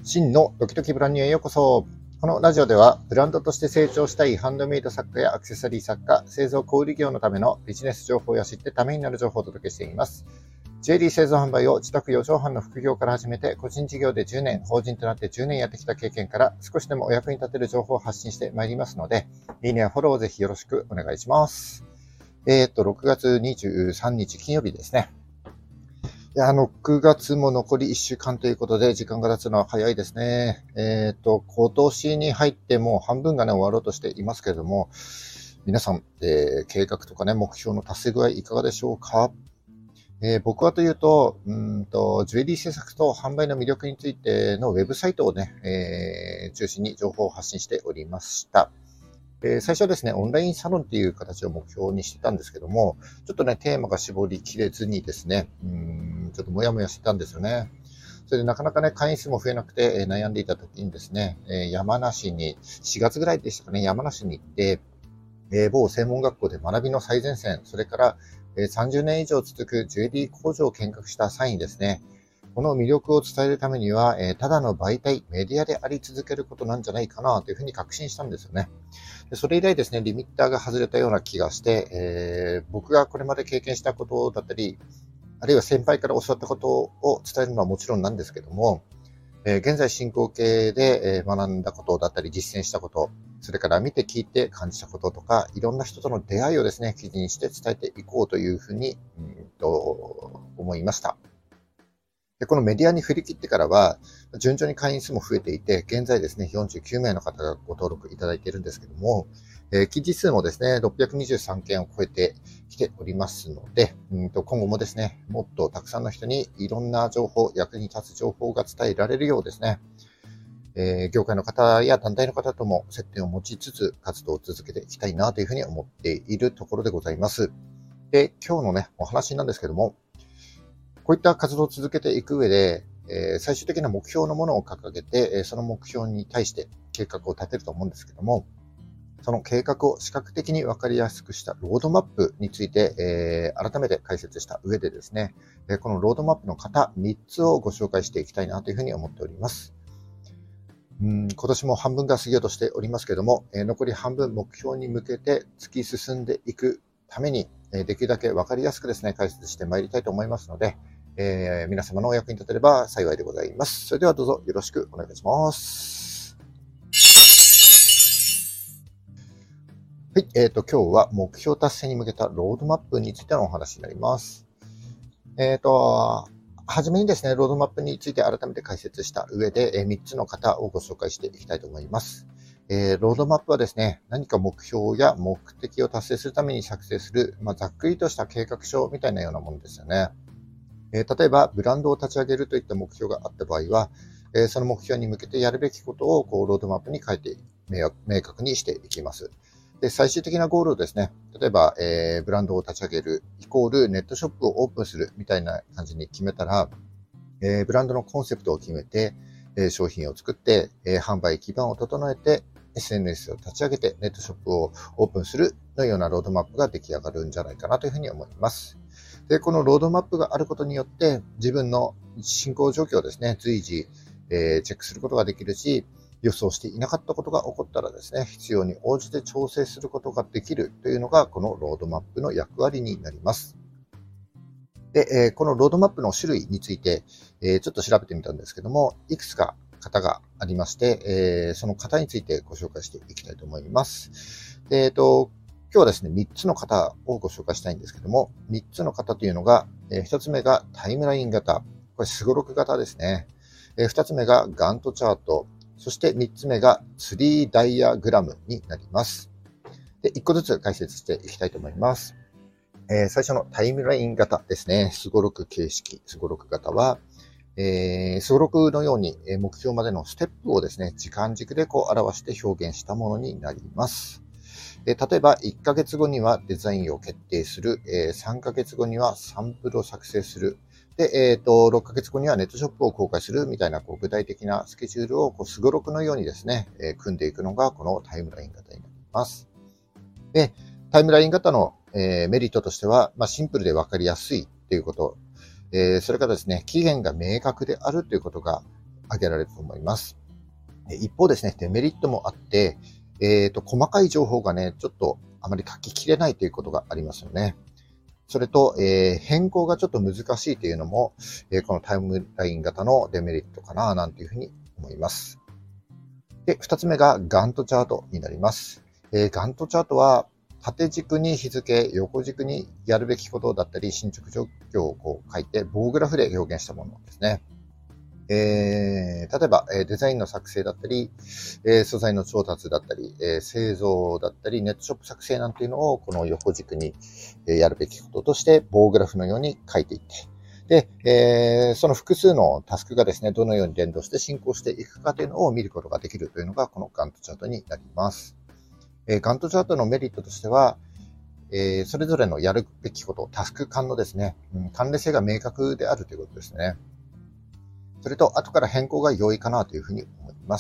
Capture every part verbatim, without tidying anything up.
真のドキドキブランニューへようこそ。このラジオではブランドとして成長したいハンドメイド作家やアクセサリー作家、製造小売業のためのビジネス情報や知ってためになる情報をお届けしています。ジュエリー製造販売を自宅よ畳半の副業から始めて、個人事業でじゅうねん、法人となってじゅうねんやってきた経験から少しでもお役に立てる情報を発信してまいりますので、いいねやフォローをぜひよろしくお願いします。えっと、ろくがつにじゅうさんにち金曜日ですね。いや、ろくがつも残りいっしゅうかんということで、時間が経つのは早いですね。えっと、今年に入ってもう半分がね、終わろうとしていますけれども、皆さん、えー、計画とかね、目標の達成具合いかがでしょうか？えー、僕はというと、うんと、ジュエリー制作と販売の魅力についてのウェブサイトをね、えー、中心に情報を発信しておりました。えー、最初はですね、オンラインサロンっていう形を目標にしてたんですけども、ちょっとね、テーマが絞りきれずにですね、うーん、ちょっともやもやしてたんですよね。それでなかなかね、会員数も増えなくて、えー、悩んでいた時にですね、えー、山梨に、しがつぐらいでしたかね、山梨に行って、えー、某専門学校で学びの最前線、それから、えー、さんじゅうねん以上続くジュエリー工場を見学した際にですね、この魅力を伝えるためには、えー、ただの媒体、メディアであり続けることなんじゃないかなというふうに確信したんですよね。でそれ以来ですね、リミッターが外れたような気がして、えー、僕がこれまで経験したことだったり、あるいは先輩から教わったことを伝えるのはもちろんなんですけども、えー、現在進行形で学んだことだったり実践したこと、それから見て聞いて感じたこととか、いろんな人との出会いをですね、記事にして伝えていこうというふうに、うんと思いました。で、このメディアに振り切ってからは、順調に会員数も増えていて、現在ですね、よんじゅうきゅうめいの方がご登録いただいているんですけども、えー、記事数もですね、ろっぴゃくにじゅうさんけんを超えてきておりますので、うんと今後もですね、もっとたくさんの人にいろんな情報、役に立つ情報が伝えられるようですね、えー、業界の方や団体の方とも接点を持ちつつ活動を続けていきたいなというふうに思っているところでございます。で、今日のね、お話なんですけども、こういった活動を続けていく上で、えー、最終的な目標のものを掲げて、えー、その目標に対して計画を立てると思うんですけども、その計画を視覚的に分かりやすくしたロードマップについて、えー、改めて解説した上でですね、えー、このロードマップの型みっつをご紹介していきたいなというふうに思っております。うん今年も半分が過ぎようとしておりますけども、えー、残り半分目標に向けて突き進んでいくために、えー、できるだけ分かりやすくですね、解説してまいりたいと思いますので、えー、皆様のお役に立てれば幸いでございます。それではどうぞよろしくお願いします。はい、えっと、今日は目標達成に向けたロードマップについてのお話になります。えっと、はじめにですね、ロードマップについて改めて解説した上で、えー、みっつの型をご紹介していきたいと思います。えー、ロードマップはですね、何か目標や目的を達成するために作成する、まあ、ざっくりとした計画書みたいなようなものですよね。えー、例えば、ブランドを立ち上げるといった目標があった場合は、えー、その目標に向けてやるべきことをこうロードマップに書いて明確にしていきます。で、最終的なゴールをですね、例えば、えー、ブランドを立ち上げるイコールネットショップをオープンするみたいな感じに決めたら、えー、ブランドのコンセプトを決めて、えー、商品を作って、えー、販売基盤を整えて、エスエヌエス を立ち上げてネットショップをオープンするのようなロードマップが出来上がるんじゃないかなというふうに思います。で、このロードマップがあることによって、自分の進行状況をですね、随時、えー、チェックすることができるし、予想していなかったことが起こったらですね、必要に応じて調整することができるというのが、このロードマップの役割になります。で、えー、このロードマップの種類について、えー、ちょっと調べてみたんですけども、いくつか型がありまして、えー、その型についてご紹介していきたいと思います。で、えっと、今日はですね、みっつの型をご紹介したいんですけども、みっつの型というのが、えー、ひとつめがタイムライン型。これ、スゴロク型ですね。えー、ふたつめがガントチャート。そしてみっつめがスリーダイアグラムになります。で、いっこずつ解説していきたいと思います。えー、最初のタイムライン型ですね。スゴロク形式、スゴロク型は、えー、スゴロクのように目標までのステップをですね、時間軸でこう表して表現したものになります。例えば、いっかげつごにはデザインを決定する。さんかげつごにはサンプルを作成する。で、えっと、ろっかげつごにはネットショップを公開するみたいな、こう、具体的なスケジュールを、こう、スゴロクのようにですね、えー、組んでいくのが、このタイムライン型になります。で、タイムライン型の、えー、メリットとしては、まあ、シンプルでわかりやすいということ。えー、それからですね、期限が明確であるということが挙げられると思います。一方ですね、デメリットもあって、えっと、細かい情報がね、ちょっとあまり書ききれないということがありますよね。それと、えー、変更がちょっと難しいというのも、えー、このタイムライン型のデメリットかな、なんていうふうに思います。で、二つ目がガントチャートになります。えー、ガントチャートは、縦軸に日付、横軸にやるべきことだったり、進捗状況をこう書いて、棒グラフで表現したものですね。えー、例えば、えー、デザインの作成だったり、えー、素材の調達だったり、えー、製造だったり、ネットショップ作成なんていうのをこの横軸に、えー、やるべきこととして棒グラフのように書いていって、で、えー、その複数のタスクがですね、どのように連動して進行していくかというのを見ることができるというのがこのガントチャートになります。えー、ガントチャートのメリットとしては、えー、それぞれのやるべきこと、タスク間のですね、うん、関連性が明確であるということですね。それと、後から変更が容易かなというふうに思います。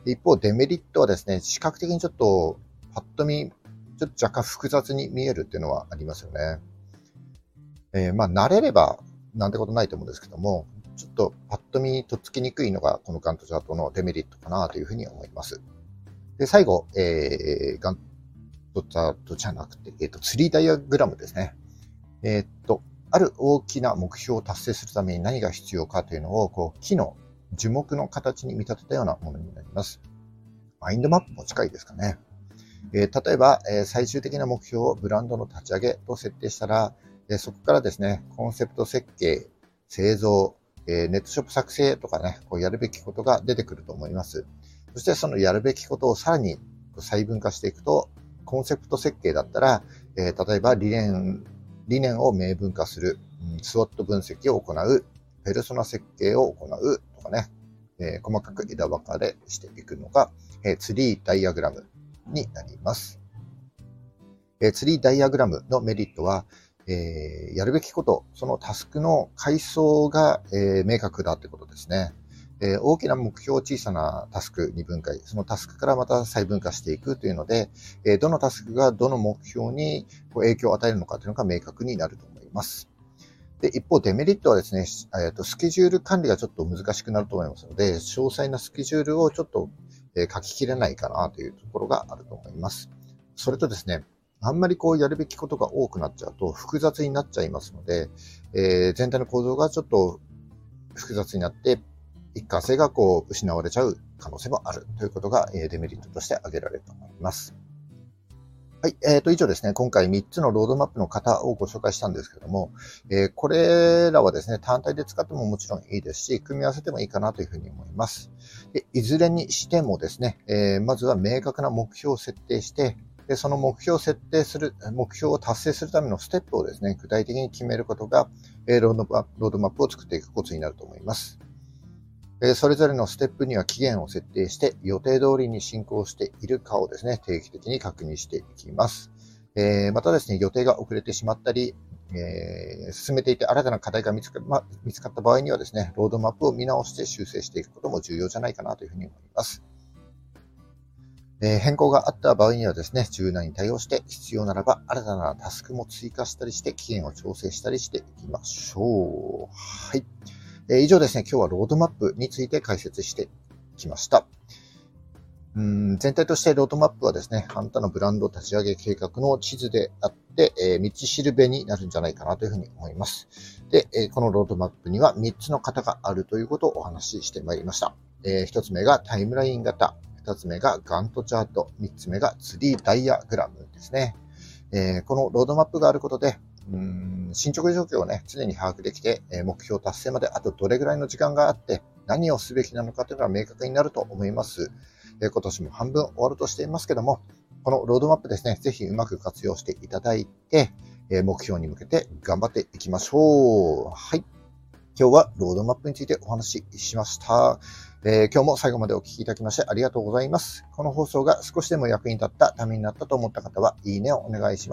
一方、デメリットはですね、視覚的にちょっと、パッと見、ちょっと若干複雑に見えるっていうのはありますよね。えー、まあ、慣れれば、なんてことないと思うんですけども、ちょっとパッと見とっつきにくいのが、このガントチャートのデメリットかなというふうに思います。で、最後、えー、ガントチャートじゃなくて、えっと、ツリーダイアグラムですね。えー、っと、ある大きな目標を達成するために何が必要かというのを、こう、木の樹木の形に見立てたようなものになります。マインドマップも近いですかね。えー、例えば、えー、最終的な目標をブランドの立ち上げと設定したら、えー、そこからですね、コンセプト設計、製造、えー、ネットショップ作成とかね、こうやるべきことが出てくると思います。そしてそのやるべきことをさらに細分化していくと、コンセプト設計だったら、えー、例えば理念、理念を明文化する、スウォット分析を行う、ペルソナ設計を行うとかね、えー、細かく枝分かれしていくのが、えー、ツリーダイアグラムになります。えー、ツリーダイアグラムのメリットは、えー、やるべきこと、そのタスクの階層が、えー、明確だということですね。えー、大きな目標を小さなタスクに分解、そのタスクからまた細分化していくというので、えー、どのタスクがどの目標にこう影響を与えるのかというのが明確になると思います。で、一方、デメリットはですね、えーと、スケジュール管理がちょっと難しくなると思いますので、詳細なスケジュールをちょっと、えー、書ききれないかなというところがあると思います。それとですね、あんまりこうやるべきことが多くなっちゃうと複雑になっちゃいますので、えー、全体の構造がちょっと複雑になって、一貫性がこう失われちゃう可能性もあるということが、えー、デメリットとして挙げられると思います。はい。えっと、以上ですね、今回みっつのロードマップの型をご紹介したんですけども、えー、これらはですね、単体で使ってももちろんいいですし、組み合わせてもいいかなというふうに思います。で、いずれにしてもですね、えー、まずは明確な目標を設定して、で、その目標を設定する、目標を達成するためのステップをですね、具体的に決めることが、えー、ロードマップ、ロードマップを作っていくコツになると思います。それぞれのステップには期限を設定して予定通りに進行しているかをですね、定期的に確認していきます。えー、またですね、予定が遅れてしまったり、えー、進めていて新たな課題が見つか、ま、見つかった場合にはですね、ロードマップを見直して修正していくことも重要じゃないかなというふうに思います。えー、変更があった場合にはですね、柔軟に対応して必要ならば新たなタスクも追加したりして期限を調整したりしていきましょう。はい。以上ですね、今日はロードマップについて解説してきました。うーん全体としてロードマップはですね、あなたのブランド立ち上げ計画の地図であって、えー、道しるべになるんじゃないかなというふうに思います。で、えー、このロードマップにはみっつの型があるということをお話ししてまいりました。えー、ひとつめがタイムライン型、ふたつめがガントチャート、みっつめがツリーダイアグラムですね。えー、このロードマップがあることで、うーん進捗状況をね、常に把握できて、目標達成まであとどれぐらいの時間があって、何をすべきなのかというのが明確になると思います。今年も半分終わるとしていますけども、このロードマップですね、ぜひうまく活用していただいて、目標に向けて頑張っていきましょう。はい。今日はロードマップについてお話ししました。えー、今日も最後までお聞きいただきましてありがとうございます。この放送が少しでも役に立った、ためになったと思った方は、いいねをお願いします。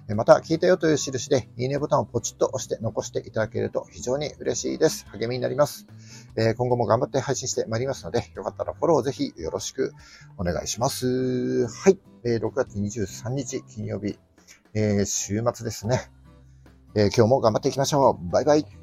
また、聞いたよという印で、いいねボタンをポチッと押して残していただけると非常に嬉しいです。励みになります。えー、今後も頑張って配信してまいりますので、よかったらフォローぜひよろしくお願いします。はい。えー、ろくがつにじゅうさんにち金曜日、えー、週末ですね、えー。今日も頑張っていきましょう。バイバイ。